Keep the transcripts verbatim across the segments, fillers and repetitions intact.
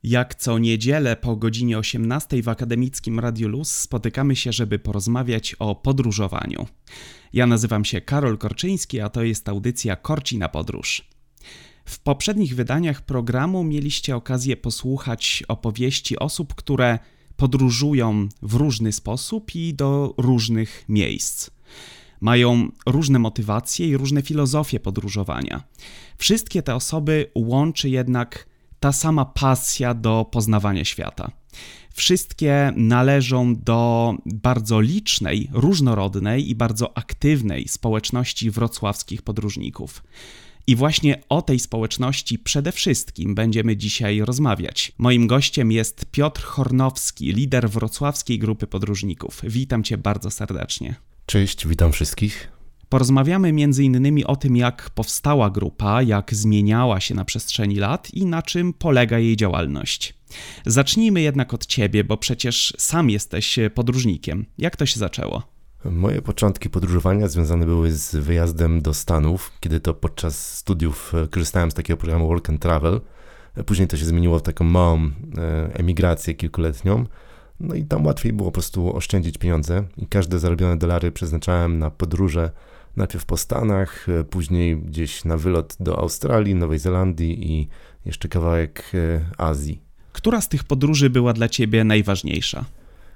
Jak co niedzielę po godzinie osiemnastej w Akademickim Radiu Luz spotykamy się, żeby porozmawiać o podróżowaniu. Ja nazywam się Karol Korczyński, a to jest audycja Korci na podróż. W poprzednich wydaniach programu mieliście okazję posłuchać opowieści osób, które podróżują w różny sposób i do różnych miejsc. Mają różne motywacje i różne filozofie podróżowania. Wszystkie te osoby łączy jednak ta sama pasja do poznawania świata. Wszystkie należą do bardzo licznej, różnorodnej i bardzo aktywnej społeczności wrocławskich podróżników. I właśnie o tej społeczności przede wszystkim będziemy dzisiaj rozmawiać. Moim gościem jest Piotr Hornowski, lider wrocławskiej grupy podróżników. Witam Cię bardzo serdecznie. Cześć, witam wszystkich. Porozmawiamy między innymi o tym, jak powstała grupa, jak zmieniała się na przestrzeni lat i na czym polega jej działalność. Zacznijmy jednak od Ciebie, bo przecież sam jesteś podróżnikiem. Jak to się zaczęło? Moje początki podróżowania związane były z wyjazdem do Stanów, kiedy to podczas studiów korzystałem z takiego programu Work and Travel. Później to się zmieniło w taką małą emigrację kilkuletnią. No i tam łatwiej było po prostu oszczędzić pieniądze i każde zarobione dolary przeznaczałem na podróże, najpierw po Stanach, później gdzieś na wylot do Australii, Nowej Zelandii i jeszcze kawałek Azji. Która z tych podróży była dla Ciebie najważniejsza?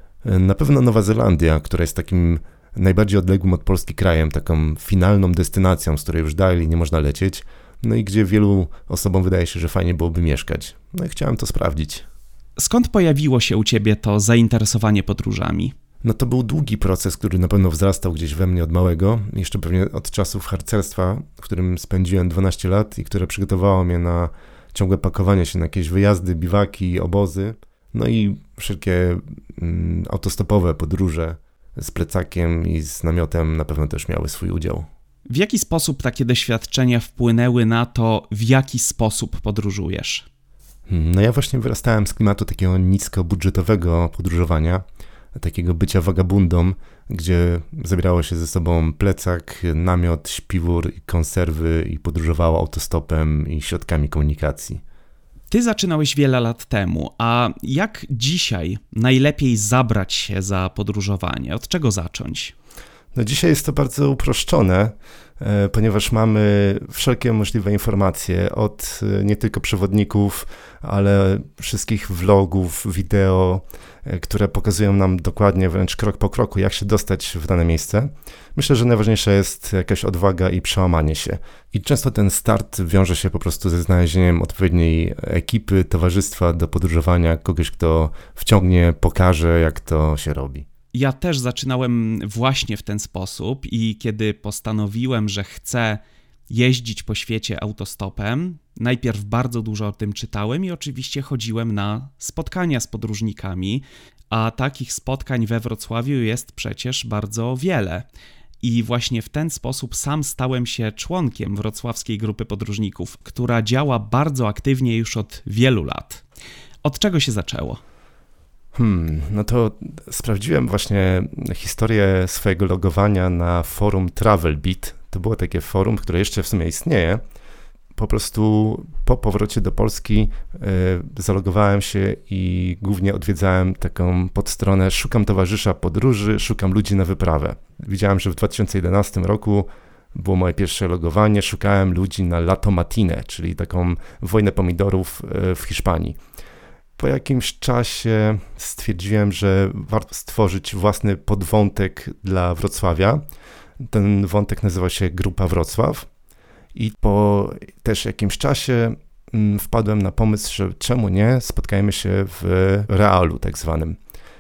Na pewno Nowa Zelandia, która jest takim najbardziej odległym od Polski krajem, taką finalną destynacją, z której już dalej nie można lecieć, no i gdzie wielu osobom wydaje się, że fajnie byłoby mieszkać. No i chciałem to sprawdzić. Skąd pojawiło się u Ciebie to zainteresowanie podróżami? No to był długi proces, który na pewno wzrastał gdzieś we mnie od małego, jeszcze pewnie od czasów harcerstwa, w którym spędziłem dwanaście lat i które przygotowało mnie na ciągłe pakowanie się na jakieś wyjazdy, biwaki, obozy, no i wszelkie mm, autostopowe podróże z plecakiem i z namiotem na pewno też miały swój udział. W jaki sposób takie doświadczenia wpłynęły na to, w jaki sposób podróżujesz? No ja właśnie wyrastałem z klimatu takiego niskobudżetowego podróżowania, takiego bycia wagabundą, gdzie zabierało się ze sobą plecak, namiot, śpiwór, konserwy i podróżowało autostopem i środkami komunikacji. Ty zaczynałeś wiele lat temu, a jak dzisiaj najlepiej zabrać się za podróżowanie? Od czego zacząć? No dzisiaj jest to bardzo uproszczone, ponieważ mamy wszelkie możliwe informacje od nie tylko przewodników, ale wszystkich vlogów, wideo, które pokazują nam dokładnie, wręcz krok po kroku, jak się dostać w dane miejsce. Myślę, że najważniejsza jest jakaś odwaga i przełamanie się. I często ten start wiąże się po prostu ze znalezieniem odpowiedniej ekipy, towarzystwa do podróżowania, kogoś, kto wciągnie, pokaże, jak to się robi. Ja też zaczynałem właśnie w ten sposób i kiedy postanowiłem, że chcę jeździć po świecie autostopem, najpierw bardzo dużo o tym czytałem i oczywiście chodziłem na spotkania z podróżnikami, a takich spotkań we Wrocławiu jest przecież bardzo wiele. I właśnie w ten sposób sam stałem się członkiem wrocławskiej grupy podróżników, która działa bardzo aktywnie już od wielu lat. Od czego się zaczęło? Hmm, no to sprawdziłem właśnie historię swojego logowania na forum Travelbeat. To było takie forum, które jeszcze w sumie istnieje. Po prostu po powrocie do Polski y, zalogowałem się i głównie odwiedzałem taką podstronę Szukam towarzysza podróży, szukam ludzi na wyprawę. Widziałem, że w dwa tysiące jedenastym roku było moje pierwsze logowanie. Szukałem ludzi na Lato Matinę, czyli taką wojnę pomidorów y, w Hiszpanii. Po jakimś czasie stwierdziłem, że warto stworzyć własny podwątek dla Wrocławia. Ten wątek nazywa się Grupa Wrocław i po też jakimś czasie wpadłem na pomysł, że czemu nie, spotkajmy się w realu tak zwanym.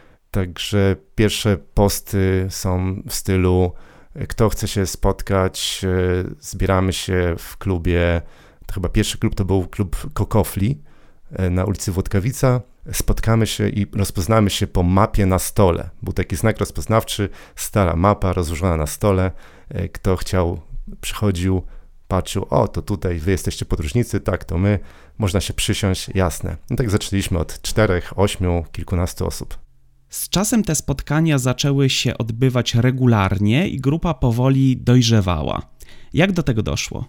Także pierwsze posty są w stylu kto chce się spotkać, zbieramy się w klubie, to chyba pierwszy klub to był klub Kokofli na ulicy Włodkowica, spotkamy się i rozpoznamy się po mapie na stole. Był taki znak rozpoznawczy, stara mapa rozłożona na stole. Kto chciał, przychodził, patrzył, o to tutaj wy jesteście podróżnicy, tak to my, można się przysiąść, jasne. I tak zaczęliśmy od czterech, ośmiu, kilkunastu osób. Z czasem te spotkania zaczęły się odbywać regularnie i grupa powoli dojrzewała. Jak do tego doszło?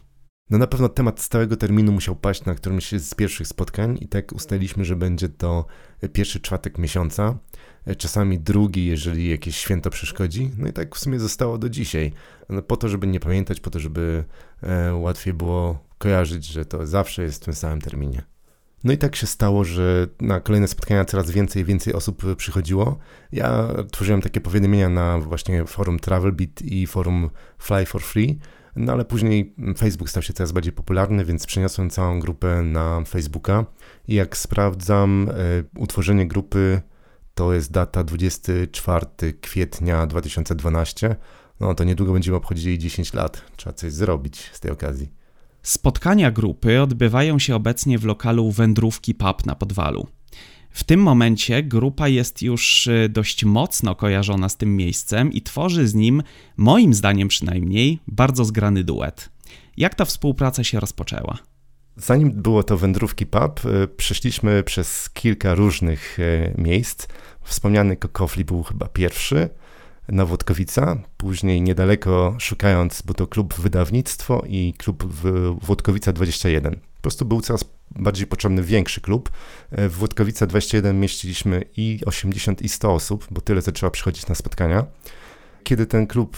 No na pewno temat stałego terminu musiał paść na którymś z pierwszych spotkań i tak ustaliliśmy, że będzie to pierwszy czwartek miesiąca, czasami drugi, jeżeli jakieś święto przeszkodzi. No i tak w sumie zostało do dzisiaj. No po to, żeby nie pamiętać, po to, żeby e, łatwiej było kojarzyć, że to zawsze jest w tym samym terminie. No i tak się stało, że na kolejne spotkania coraz więcej i więcej osób przychodziło. Ja tworzyłem takie powiadomienia na właśnie forum TravelBeat i forum Fly for Free, no ale później Facebook stał się coraz bardziej popularny, więc przeniosłem całą grupę na Facebooka i jak sprawdzam, y, utworzenie grupy to jest data dwudziestego czwartego kwietnia dwa tysiące dwunastego, no to niedługo będziemy obchodzili dziesięć lat, trzeba coś zrobić z tej okazji. Spotkania grupy odbywają się obecnie w lokalu Wędrówki Pub na Podwalu. W tym momencie grupa jest już dość mocno kojarzona z tym miejscem i tworzy z nim, moim zdaniem przynajmniej, bardzo zgrany duet. Jak ta współpraca się rozpoczęła? Zanim było to Wędrówki Pub, przeszliśmy przez kilka różnych miejsc. Wspomniany Kokofli był chyba pierwszy, na Włodkowica, później niedaleko szukając, był to klub Wydawnictwo i klub Włodkowica dwadzieścia jeden. Po prostu był coraz bardziej potrzebny większy klub. W Włodkowica dwadzieścia jeden mieściliśmy i osiemdziesiąt i sto osób, bo tyle zaczęło przychodzić na spotkania. Kiedy ten klub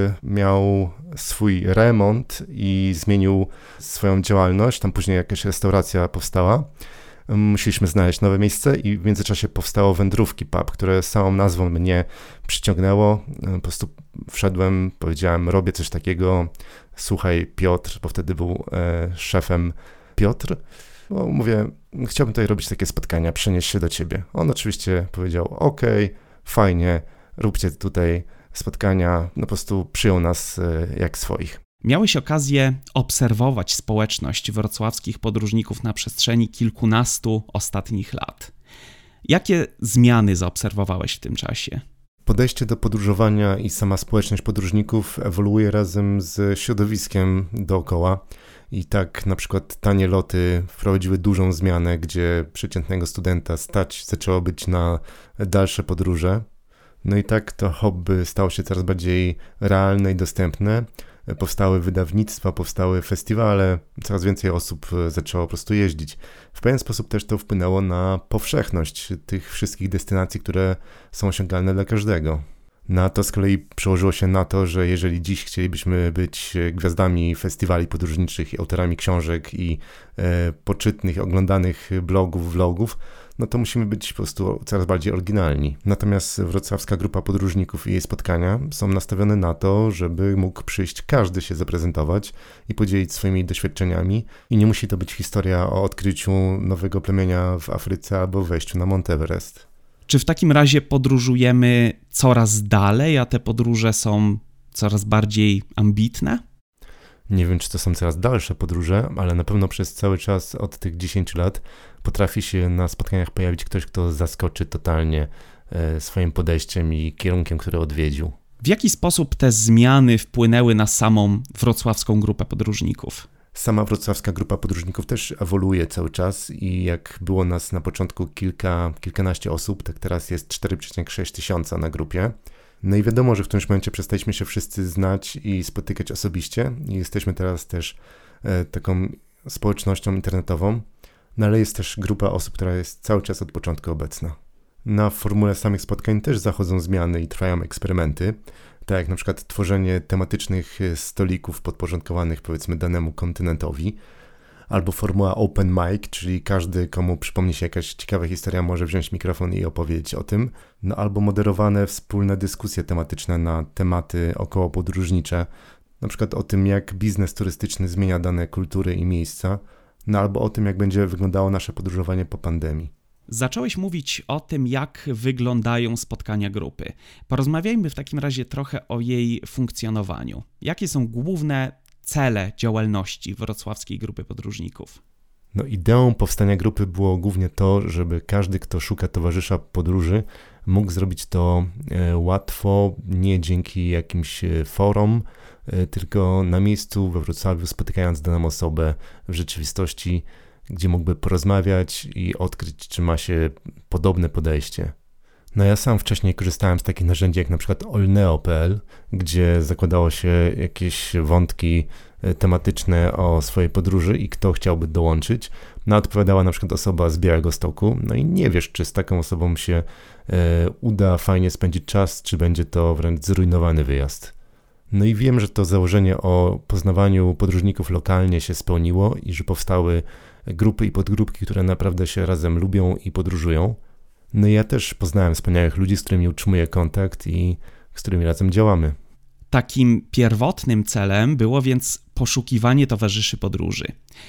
miał swój remont i zmienił swoją działalność, tam później jakaś restauracja powstała, musieliśmy znaleźć nowe miejsce i w międzyczasie powstało Wędrówki Pub, które samą nazwą mnie przyciągnęło. Po prostu wszedłem, powiedziałem, robię coś takiego, słuchaj Piotr, bo wtedy był e, szefem Piotr. No, mówię, chciałbym tutaj robić takie spotkania, przenieść się do ciebie. On oczywiście powiedział, okej, okay, fajnie, róbcie tutaj spotkania, no po prostu przyjął nas e, jak swoich. Miałeś okazję obserwować społeczność wrocławskich podróżników na przestrzeni kilkunastu ostatnich lat. Jakie zmiany zaobserwowałeś w tym czasie? Podejście do podróżowania i sama społeczność podróżników ewoluuje razem z środowiskiem dookoła. I tak na przykład tanie loty wprowadziły dużą zmianę, gdzie przeciętnego studenta stać zaczęło być na dalsze podróże. No i tak to hobby stało się coraz bardziej realne i dostępne. Powstały wydawnictwa, powstały festiwale, coraz więcej osób zaczęło po prostu jeździć. W pewien sposób też to wpłynęło na powszechność tych wszystkich destynacji, które są osiągalne dla każdego. Na to z kolei przełożyło się na to, że jeżeli dziś chcielibyśmy być gwiazdami festiwali podróżniczych i autorami książek i e, poczytnych, oglądanych blogów, vlogów, no to musimy być po prostu coraz bardziej oryginalni. Natomiast wrocławska grupa podróżników i jej spotkania są nastawione na to, żeby mógł przyjść każdy się zaprezentować i podzielić swoimi doświadczeniami i nie musi to być historia o odkryciu nowego plemienia w Afryce albo wejściu na Mount Everest. Czy w takim razie podróżujemy coraz dalej, a te podróże są coraz bardziej ambitne? Nie wiem, czy to są coraz dalsze podróże, ale na pewno przez cały czas od tych dziesięciu lat potrafi się na spotkaniach pojawić ktoś, kto zaskoczy totalnie swoim podejściem i kierunkiem, który odwiedził. W jaki sposób te zmiany wpłynęły na samą wrocławską grupę podróżników? Sama wrocławska grupa podróżników też ewoluuje cały czas i jak było nas na początku kilka, kilkanaście osób, tak teraz jest cztery przecinek sześć tysiąca na grupie. No i wiadomo, że w którymś momencie przestaliśmy się wszyscy znać i spotykać osobiście i jesteśmy teraz też e, taką społecznością internetową, no ale jest też grupa osób, która jest cały czas od początku obecna. Na formule samych spotkań też zachodzą zmiany i trwają eksperymenty, tak jak na przykład tworzenie tematycznych stolików podporządkowanych powiedzmy danemu kontynentowi, albo formuła open mic, czyli każdy, komu przypomni się jakaś ciekawa historia, może wziąć mikrofon i opowiedzieć o tym, no albo moderowane wspólne dyskusje tematyczne na tematy okołopodróżnicze, na przykład o tym, jak biznes turystyczny zmienia dane kultury i miejsca, no albo o tym, jak będzie wyglądało nasze podróżowanie po pandemii. Zacząłeś mówić o tym, jak wyglądają spotkania grupy. Porozmawiajmy w takim razie trochę o jej funkcjonowaniu. Jakie są główne cele działalności wrocławskiej grupy podróżników? No, ideą powstania grupy było głównie to, żeby każdy, kto szuka towarzysza podróży, mógł zrobić to łatwo, nie dzięki jakimś forum, tylko na miejscu we Wrocławiu, spotykając daną osobę w rzeczywistości, gdzie mógłby porozmawiać i odkryć, czy ma się podobne podejście. No ja sam wcześniej korzystałem z takich narzędzi jak na przykład olneo kropka pe el, gdzie zakładało się jakieś wątki tematyczne o swojej podróży i kto chciałby dołączyć. No, odpowiadała na przykład osoba z Białegostoku, no i nie wiesz, czy z taką osobą się e, uda fajnie spędzić czas, czy będzie to wręcz zrujnowany wyjazd. No i wiem, że to założenie o poznawaniu podróżników lokalnie się spełniło i że powstały grupy i podgrupki, które naprawdę się razem lubią i podróżują. No i ja też poznałem wspaniałych ludzi, z którymi utrzymuję kontakt i z którymi razem działamy. Takim pierwotnym celem było więc poszukiwanie towarzyszy podróży.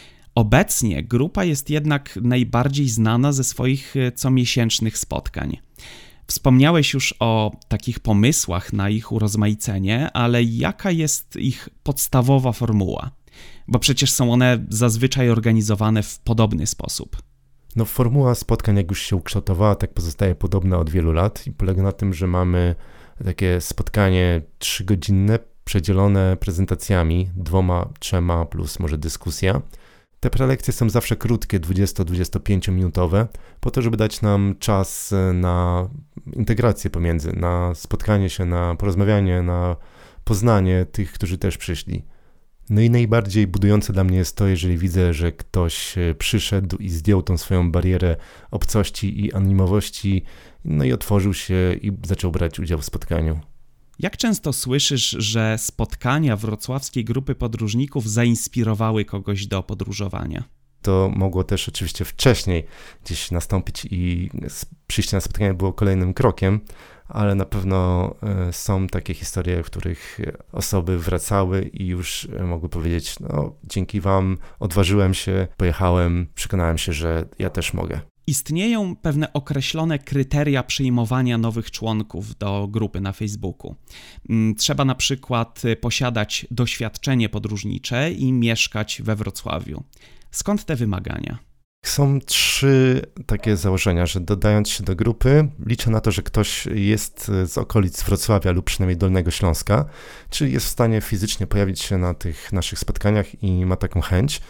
Obecnie grupa jest jednak najbardziej znana ze swoich comiesięcznych spotkań. Wspomniałeś już o takich pomysłach na ich urozmaicenie, ale jaka jest ich podstawowa formuła? Bo przecież są one zazwyczaj organizowane w podobny sposób. No, formuła spotkań, jak już się ukształtowała, tak pozostaje podobna od wielu lat i polega na tym, że mamy takie spotkanie trzygodzinne, przedzielone prezentacjami, dwoma, trzema plus może dyskusja. Te prelekcje są zawsze krótkie, dwudziesto do dwudziestu pięciu minutowe, po to, żeby dać nam czas na integrację pomiędzy, na spotkanie się, na porozmawianie, na poznanie tych, którzy też przyszli. No i najbardziej budujące dla mnie jest to, jeżeli widzę, że ktoś przyszedł i zdjął tą swoją barierę obcości i anonimowości, no i otworzył się i zaczął brać udział w spotkaniu. Jak często słyszysz, że spotkania wrocławskiej grupy podróżników zainspirowały kogoś do podróżowania? To mogło też oczywiście wcześniej gdzieś nastąpić i przyjście na spotkanie było kolejnym krokiem, ale na pewno są takie historie, w których osoby wracały i już mogły powiedzieć, no dzięki wam odważyłem się, pojechałem, przekonałem się, że ja też mogę. Istnieją pewne określone kryteria przyjmowania nowych członków do grupy na Facebooku. Trzeba na przykład posiadać doświadczenie podróżnicze i mieszkać we Wrocławiu. Skąd te wymagania? Są trzy takie założenia, że dodając się do grupy, liczę na to, że ktoś jest z okolic Wrocławia lub przynajmniej Dolnego Śląska, czyli jest w stanie fizycznie pojawić się na tych naszych spotkaniach i ma taką chęć.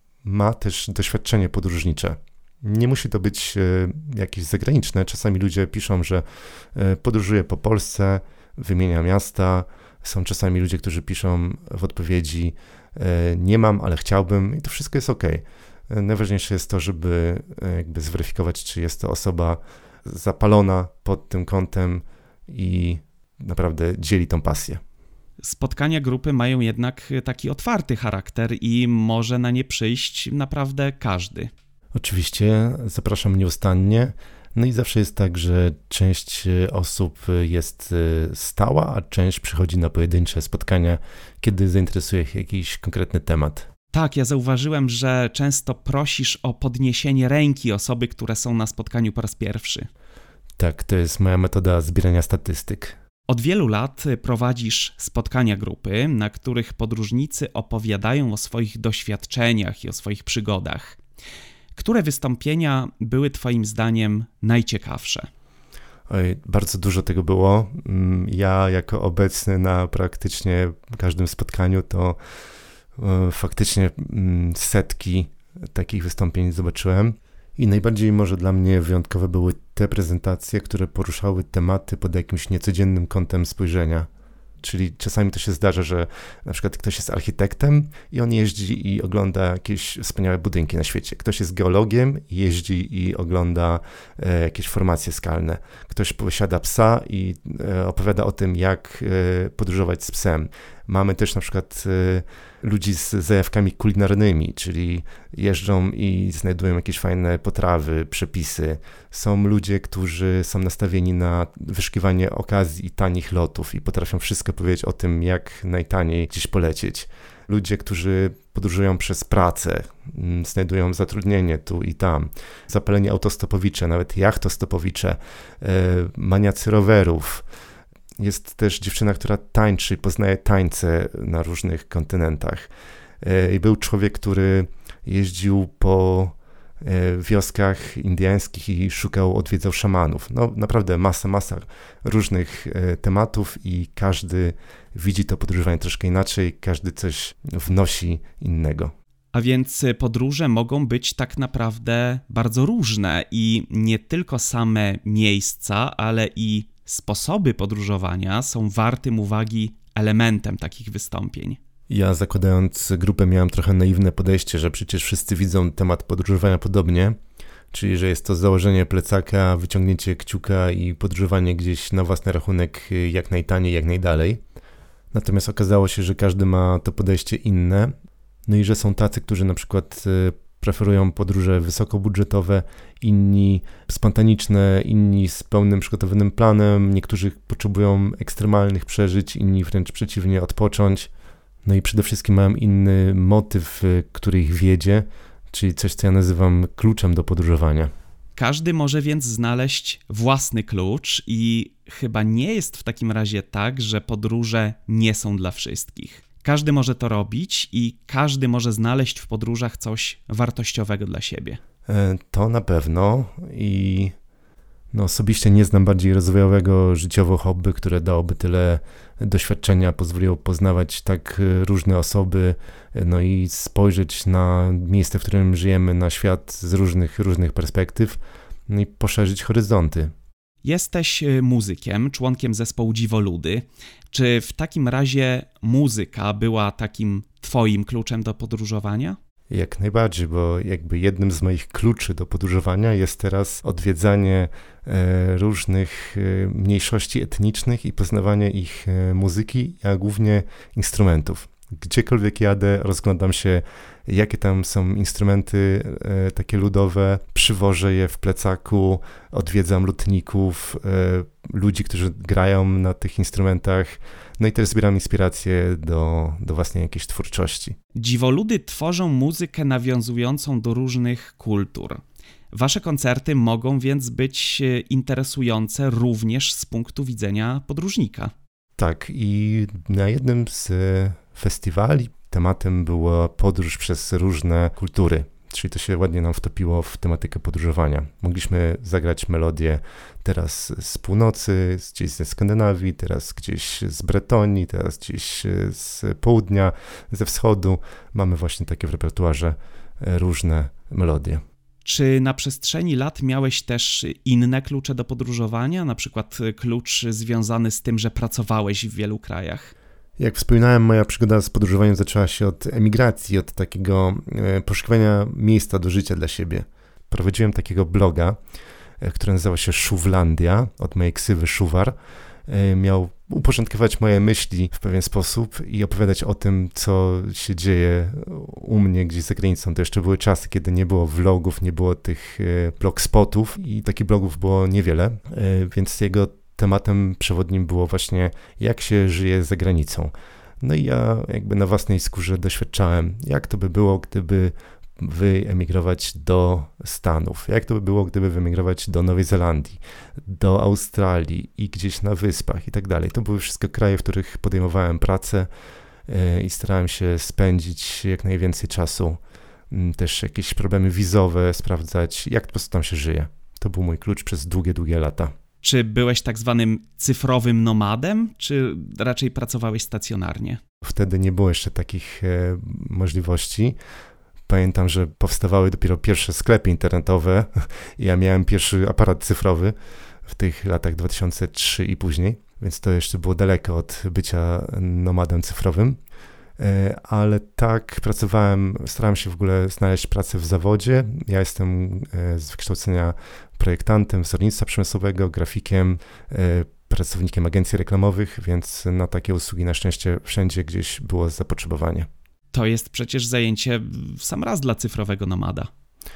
Ma też doświadczenie podróżnicze. Nie musi to być jakieś zagraniczne. Czasami ludzie piszą, że podróżuje po Polsce, wymienia miasta. Są czasami ludzie, którzy piszą w odpowiedzi nie mam, ale chciałbym i to wszystko jest okej. Najważniejsze jest to, żeby jakby zweryfikować, czy jest to osoba zapalona pod tym kątem i naprawdę dzieli tą pasję. Spotkania grupy mają jednak taki otwarty charakter i może na nie przyjść naprawdę każdy. Oczywiście, zapraszam nieustannie. No i zawsze jest tak, że część osób jest stała, a część przychodzi na pojedyncze spotkania, kiedy zainteresuje ich jakiś konkretny temat. Tak, ja zauważyłem, że często prosisz o podniesienie ręki osoby, które są na spotkaniu po raz pierwszy. Tak, to jest moja metoda zbierania statystyk. Od wielu lat prowadzisz spotkania grupy, na których podróżnicy opowiadają o swoich doświadczeniach i o swoich przygodach. Które wystąpienia były twoim zdaniem najciekawsze? Oj, bardzo dużo tego było. Ja jako obecny na praktycznie każdym spotkaniu to faktycznie setki takich wystąpień zobaczyłem. I najbardziej może dla mnie wyjątkowe były te prezentacje, które poruszały tematy pod jakimś niecodziennym kątem spojrzenia. Czyli czasami to się zdarza, że na przykład ktoś jest architektem i on jeździ i ogląda jakieś wspaniałe budynki na świecie. Ktoś jest geologiem i jeździ i ogląda e, jakieś formacje skalne. Ktoś posiada psa i e, opowiada o tym, jak e, podróżować z psem. Mamy też na przykład e, ludzi z zajawkami kulinarnymi, czyli jeżdżą i znajdują jakieś fajne potrawy, przepisy. Są ludzie, którzy są nastawieni na wyszukiwanie okazji i tanich lotów i potrafią wszystko powiedzieć o tym, jak najtaniej gdzieś polecieć. Ludzie, którzy podróżują przez pracę, znajdują zatrudnienie tu i tam. Zapaleni autostopowicze, nawet jachtostopowicze, maniacy rowerów. Jest też dziewczyna, która tańczy, poznaje tańce na różnych kontynentach. I był człowiek, który jeździł po wioskach indyjskich i szukał, odwiedzał szamanów. No naprawdę masa, masa różnych tematów i każdy widzi to podróżowanie troszkę inaczej, każdy coś wnosi innego. A więc podróże mogą być tak naprawdę bardzo różne i nie tylko same miejsca, ale i sposoby podróżowania są wartym uwagi elementem takich wystąpień. Ja zakładając grupę miałem trochę naiwne podejście, że przecież wszyscy widzą temat podróżowania podobnie, czyli że jest to założenie plecaka, wyciągnięcie kciuka i podróżowanie gdzieś na własny rachunek jak najtaniej, jak najdalej. Natomiast okazało się, że każdy ma to podejście inne, no i że są tacy, którzy na przykład preferują podróże wysokobudżetowe, inni spontaniczne, inni z pełnym przygotowanym planem, niektórzy potrzebują ekstremalnych przeżyć, inni wręcz przeciwnie, odpocząć. No i przede wszystkim mają inny motyw, który ich wiedzie, czyli coś, co ja nazywam kluczem do podróżowania. Każdy może więc znaleźć własny klucz i chyba nie jest w takim razie tak, że podróże nie są dla wszystkich. Każdy może to robić i każdy może znaleźć w podróżach coś wartościowego dla siebie. To na pewno i no osobiście nie znam bardziej rozwojowego życiowo hobby, które dałoby tyle doświadczenia, pozwoliło poznawać tak różne osoby, no i spojrzeć na miejsce, w którym żyjemy, na świat z różnych, różnych perspektyw, no i poszerzyć horyzonty. Jesteś muzykiem, członkiem zespołu Dziwoludy. Czy w takim razie muzyka była takim twoim kluczem do podróżowania? Jak najbardziej, bo jakby jednym z moich kluczy do podróżowania jest teraz odwiedzanie e, różnych e, mniejszości etnicznych i poznawanie ich e, muzyki, a głównie instrumentów. Gdziekolwiek jadę, rozglądam się, jakie tam są instrumenty e, takie ludowe, przywożę je w plecaku, odwiedzam lutników, e, ludzi, którzy grają na tych instrumentach, no i też zbieram inspirację do, do własnej jakiejś twórczości. Dziwoludy tworzą muzykę nawiązującą do różnych kultur. Wasze koncerty mogą więc być interesujące również z punktu widzenia podróżnika. Tak, i na jednym z festiwali tematem była podróż przez różne kultury, czyli to się ładnie nam wtopiło w tematykę podróżowania. Mogliśmy zagrać melodię teraz z północy, gdzieś ze Skandynawii, teraz gdzieś z Bretonii, teraz gdzieś z południa, ze wschodu. Mamy właśnie takie w repertuarze różne melodie. Czy na przestrzeni lat miałeś też inne klucze do podróżowania, na przykład klucz związany z tym, że pracowałeś w wielu krajach? Jak wspominałem, moja przygoda z podróżowaniem zaczęła się od emigracji, od takiego poszukiwania miejsca do życia dla siebie. Prowadziłem takiego bloga, który nazywał się Szuwlandia, od mojej ksywy Szuwar. Miał uporządkować moje myśli w pewien sposób i opowiadać o tym, co się dzieje u mnie gdzieś za granicą. To jeszcze były czasy, kiedy nie było vlogów, nie było tych blogspotów i takich blogów było niewiele, więc jego tematem przewodnim było właśnie, jak się żyje za granicą. No i ja jakby na własnej skórze doświadczałem, jak to by było, gdyby wyemigrować do Stanów, jak to by było, gdyby wyemigrować do Nowej Zelandii, do Australii i gdzieś na wyspach i tak dalej. To były wszystko kraje, w których podejmowałem pracę i starałem się spędzić jak najwięcej czasu, też jakieś problemy wizowe sprawdzać, jak po prostu tam się żyje. To był mój klucz przez długie, długie lata. Czy byłeś tak zwanym cyfrowym nomadem, czy raczej pracowałeś stacjonarnie? Wtedy nie było jeszcze takich e, możliwości. Pamiętam, że powstawały dopiero pierwsze sklepy internetowe. Ja miałem pierwszy aparat cyfrowy w tych latach dwa tysiące trzeci i później, więc to jeszcze było daleko od bycia nomadem cyfrowym. E, ale tak pracowałem, starałem się w ogóle znaleźć pracę w zawodzie. Ja jestem e, z wykształcenia projektantem wzornictwa przemysłowego, grafikiem, pracownikiem agencji reklamowych, więc na takie usługi na szczęście wszędzie gdzieś było zapotrzebowanie. To jest przecież zajęcie w sam raz dla cyfrowego nomada.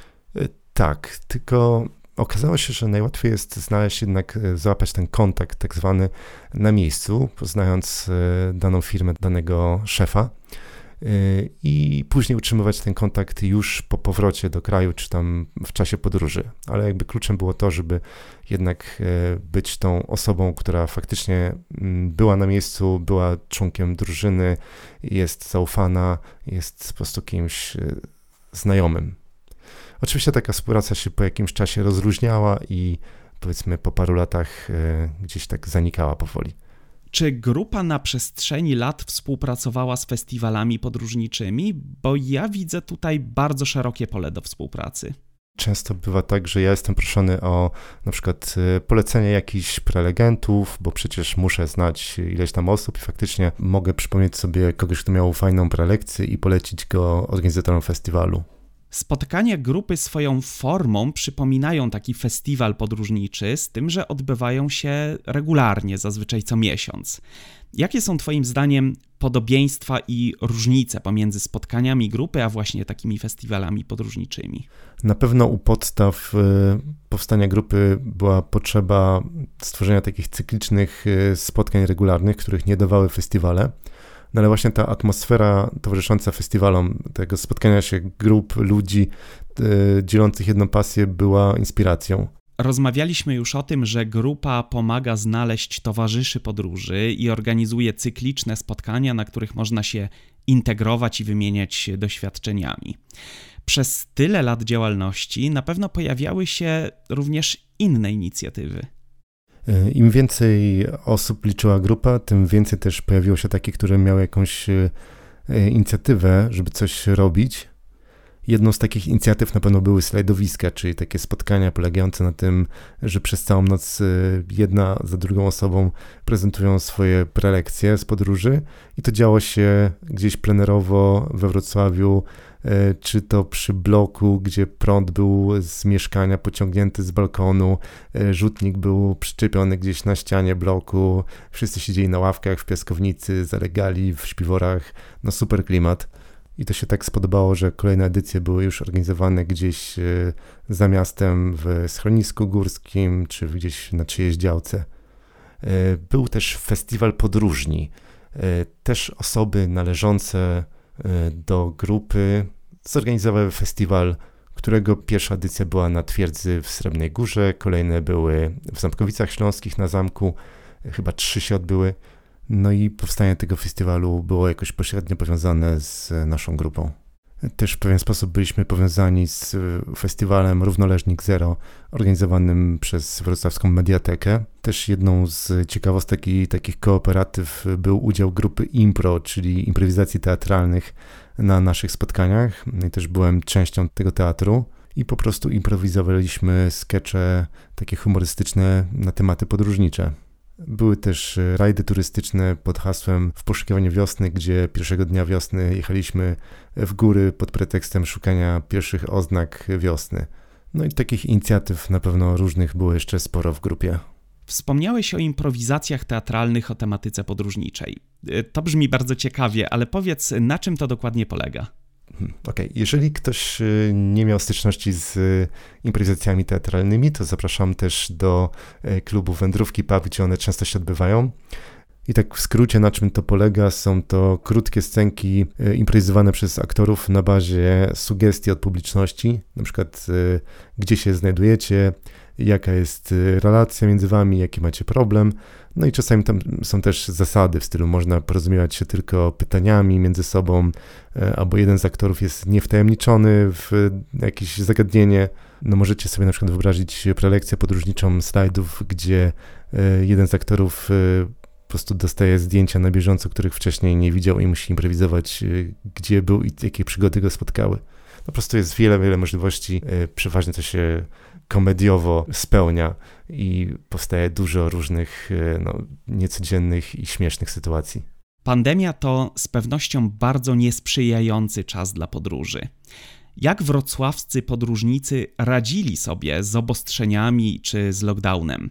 Tak, tylko okazało się, że najłatwiej jest znaleźć jednak, złapać ten kontakt tak zwany na miejscu, poznając daną firmę, danego szefa i później utrzymywać ten kontakt już po powrocie do kraju, czy tam w czasie podróży. Ale jakby kluczem było to, żeby jednak być tą osobą, która faktycznie była na miejscu, była członkiem drużyny, jest zaufana, jest po prostu kimś znajomym. Oczywiście taka współpraca się po jakimś czasie rozluźniała i powiedzmy po paru latach gdzieś tak zanikała powoli. Czy grupa na przestrzeni lat współpracowała z festiwalami podróżniczymi? Bo ja widzę tutaj bardzo szerokie pole do współpracy. Często bywa tak, że ja jestem proszony o na przykład polecenie jakichś prelegentów, bo przecież muszę znać ileś tam osób i faktycznie mogę przypomnieć sobie kogoś, kto miał fajną prelekcję i polecić go organizatorom festiwalu. Spotkania grupy swoją formą przypominają taki festiwal podróżniczy, z tym, że odbywają się regularnie, zazwyczaj co miesiąc. Jakie są Twoim zdaniem podobieństwa i różnice pomiędzy spotkaniami grupy, a właśnie takimi festiwalami podróżniczymi? Na pewno u podstaw powstania grupy była potrzeba stworzenia takich cyklicznych spotkań regularnych, których nie dawały festiwale. No ale właśnie ta atmosfera towarzysząca festiwalom, tego spotkania się grup ludzi yy, dzielących jedną pasję była inspiracją. Rozmawialiśmy już o tym, że grupa pomaga znaleźć towarzyszy podróży i organizuje cykliczne spotkania, na których można się integrować i wymieniać doświadczeniami. Przez tyle lat działalności na pewno pojawiały się również inne inicjatywy. Im więcej osób liczyła grupa, tym więcej też pojawiło się takich, które miały jakąś inicjatywę, żeby coś robić. Jedną z takich inicjatyw na pewno były slajdowiska, czyli takie spotkania polegające na tym, że przez całą noc jedna za drugą osobą prezentują swoje prelekcje z podróży i to działo się gdzieś plenerowo we Wrocławiu, czy to przy bloku, gdzie prąd był z mieszkania pociągnięty z balkonu, rzutnik był przyczepiony gdzieś na ścianie bloku, wszyscy siedzieli na ławkach w piaskownicy, zalegali w śpiworach, no super klimat. I to się tak spodobało, że kolejne edycje były już organizowane gdzieś za miastem w schronisku górskim, czy gdzieś na czyjejś działce. Był też festiwal podróżni. Też osoby należące do grupy zorganizowały festiwal, którego pierwsza edycja była na Twierdzy w Srebrnej Górze, kolejne były w Ząbkowicach Śląskich na zamku, chyba trzy się odbyły. No i powstanie tego festiwalu było jakoś pośrednio powiązane z naszą grupą. Też w pewien sposób byliśmy powiązani z festiwalem Równoleżnik Zero, organizowanym przez Wrocławską Mediatekę. Też jedną z ciekawostek i takich kooperatyw był udział grupy Impro, czyli improwizacji teatralnych na naszych spotkaniach. I też byłem częścią tego teatru i po prostu improwizowaliśmy skecze takie humorystyczne na tematy podróżnicze. Były też rajdy turystyczne pod hasłem W poszukiwaniu wiosny, gdzie pierwszego dnia wiosny jechaliśmy w góry pod pretekstem szukania pierwszych oznak wiosny. No i takich inicjatyw na pewno różnych było jeszcze sporo w grupie. Wspomniałeś o improwizacjach teatralnych o tematyce podróżniczej. To brzmi bardzo ciekawie, ale powiedz, na czym to dokładnie polega? Okej, okay. Jeżeli ktoś nie miał styczności z improwizacjami teatralnymi, to zapraszam też do klubu Wędrówki Pub, gdzie one często się odbywają. I tak w skrócie, na czym to polega, są to krótkie scenki improwizowane przez aktorów na bazie sugestii od publiczności, na przykład gdzie się znajdujecie, jaka jest relacja między wami, jaki macie problem. No i czasami tam są też zasady w stylu można porozumiewać się tylko pytaniami między sobą, albo jeden z aktorów jest niewtajemniczony w jakieś zagadnienie. No możecie sobie na przykład wyobrazić prelekcję podróżniczą slajdów, gdzie jeden z aktorów po prostu dostaje zdjęcia na bieżąco, których wcześniej nie widział i musi improwizować, gdzie był i jakie przygody go spotkały. No po prostu jest wiele, wiele możliwości. Przeważnie to się komediowo spełnia i powstaje dużo różnych no, niecodziennych i śmiesznych sytuacji. Pandemia to z pewnością bardzo niesprzyjający czas dla podróży. Jak wrocławscy podróżnicy radzili sobie z obostrzeniami czy z lockdownem?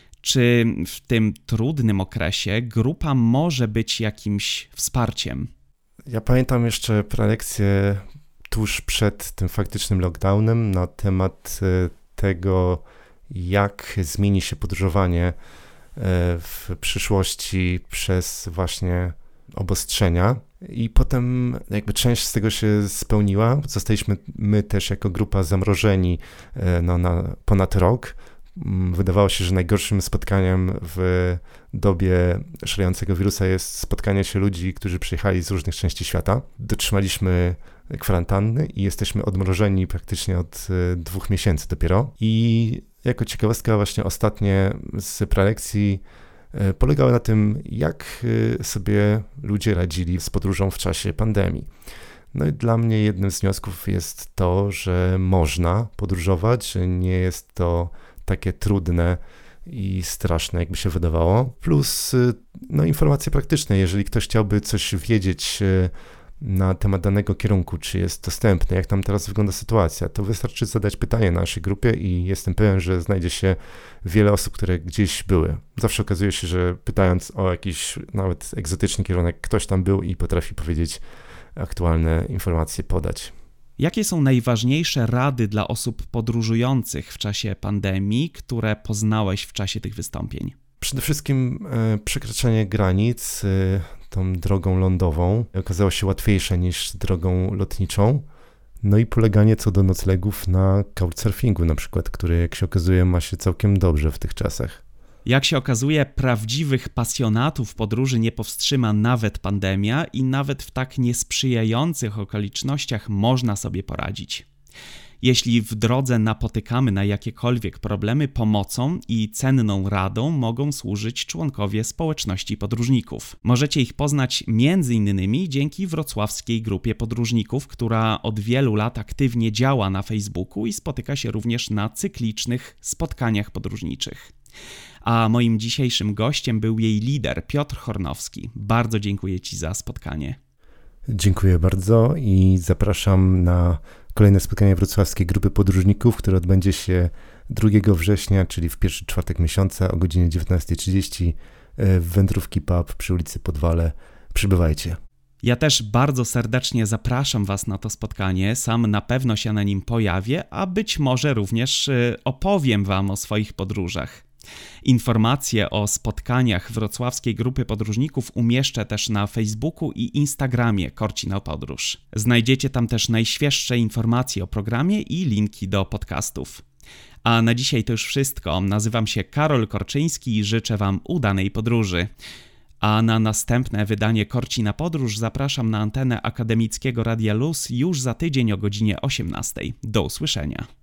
Czy w tym trudnym okresie grupa może być jakimś wsparciem? Ja pamiętam jeszcze prelekcję tuż przed tym faktycznym lockdownem na temat tego, jak zmieni się podróżowanie w przyszłości przez właśnie obostrzenia. I potem jakby część z tego się spełniła. Zostaliśmy my też jako grupa zamrożeni no, na ponad rok. Wydawało się, że najgorszym spotkaniem w dobie szalejącego wirusa jest spotkanie się ludzi, którzy przyjechali z różnych części świata. Dotrzymaliśmy kwarantanny i jesteśmy odmrożeni praktycznie od dwóch miesięcy dopiero. I jako ciekawostka właśnie ostatnie z prelekcji polegały na tym, jak sobie ludzie radzili z podróżą w czasie pandemii. No i dla mnie jednym z wniosków jest to, że można podróżować, że nie jest to takie trudne i straszne, jakby się wydawało. Plus no, informacje praktyczne, jeżeli ktoś chciałby coś wiedzieć na temat danego kierunku, czy jest dostępny, jak tam teraz wygląda sytuacja, to wystarczy zadać pytanie na naszej grupie i jestem pewien, że znajdzie się wiele osób, które gdzieś były. Zawsze okazuje się, że pytając o jakiś nawet egzotyczny kierunek, ktoś tam był i potrafi powiedzieć aktualne informacje podać. Jakie są najważniejsze rady dla osób podróżujących w czasie pandemii, które poznałeś w czasie tych wystąpień? Przede wszystkim e, przekraczanie granic e, tą drogą lądową okazało się łatwiejsze niż drogą lotniczą. No i poleganie co do noclegów na couchsurfingu na przykład, który jak się okazuje ma się całkiem dobrze w tych czasach. Jak się okazuje, prawdziwych pasjonatów podróży nie powstrzyma nawet pandemia i nawet w tak niesprzyjających okolicznościach można sobie poradzić. Jeśli w drodze napotykamy na jakiekolwiek problemy, pomocą i cenną radą mogą służyć członkowie społeczności podróżników. Możecie ich poznać między innymi dzięki wrocławskiej grupie podróżników, która od wielu lat aktywnie działa na Facebooku i spotyka się również na cyklicznych spotkaniach podróżniczych. A moim dzisiejszym gościem był jej lider Piotr Hornowski. Bardzo dziękuję Ci za spotkanie. Dziękuję bardzo i zapraszam na kolejne spotkanie wrocławskiej grupy podróżników, które odbędzie się drugiego września, czyli w pierwszy czwartek miesiąca o godzinie dziewiętnasta trzydzieści w Wędrówki Pub przy ulicy Podwale. Przybywajcie. Ja też bardzo serdecznie zapraszam Was na to spotkanie, sam na pewno się na nim pojawię, a być może również opowiem Wam o swoich podróżach. Informacje o spotkaniach wrocławskiej grupy podróżników umieszczę też na Facebooku i Instagramie Korci na Podróż. Znajdziecie tam też najświeższe informacje o programie i linki do podcastów. A na dzisiaj to już wszystko. Nazywam się Karol Korczyński i życzę Wam udanej podróży. A na następne wydanie Korci na Podróż zapraszam na antenę Akademickiego Radia Luz już za tydzień o godzinie osiemnastej. Do usłyszenia.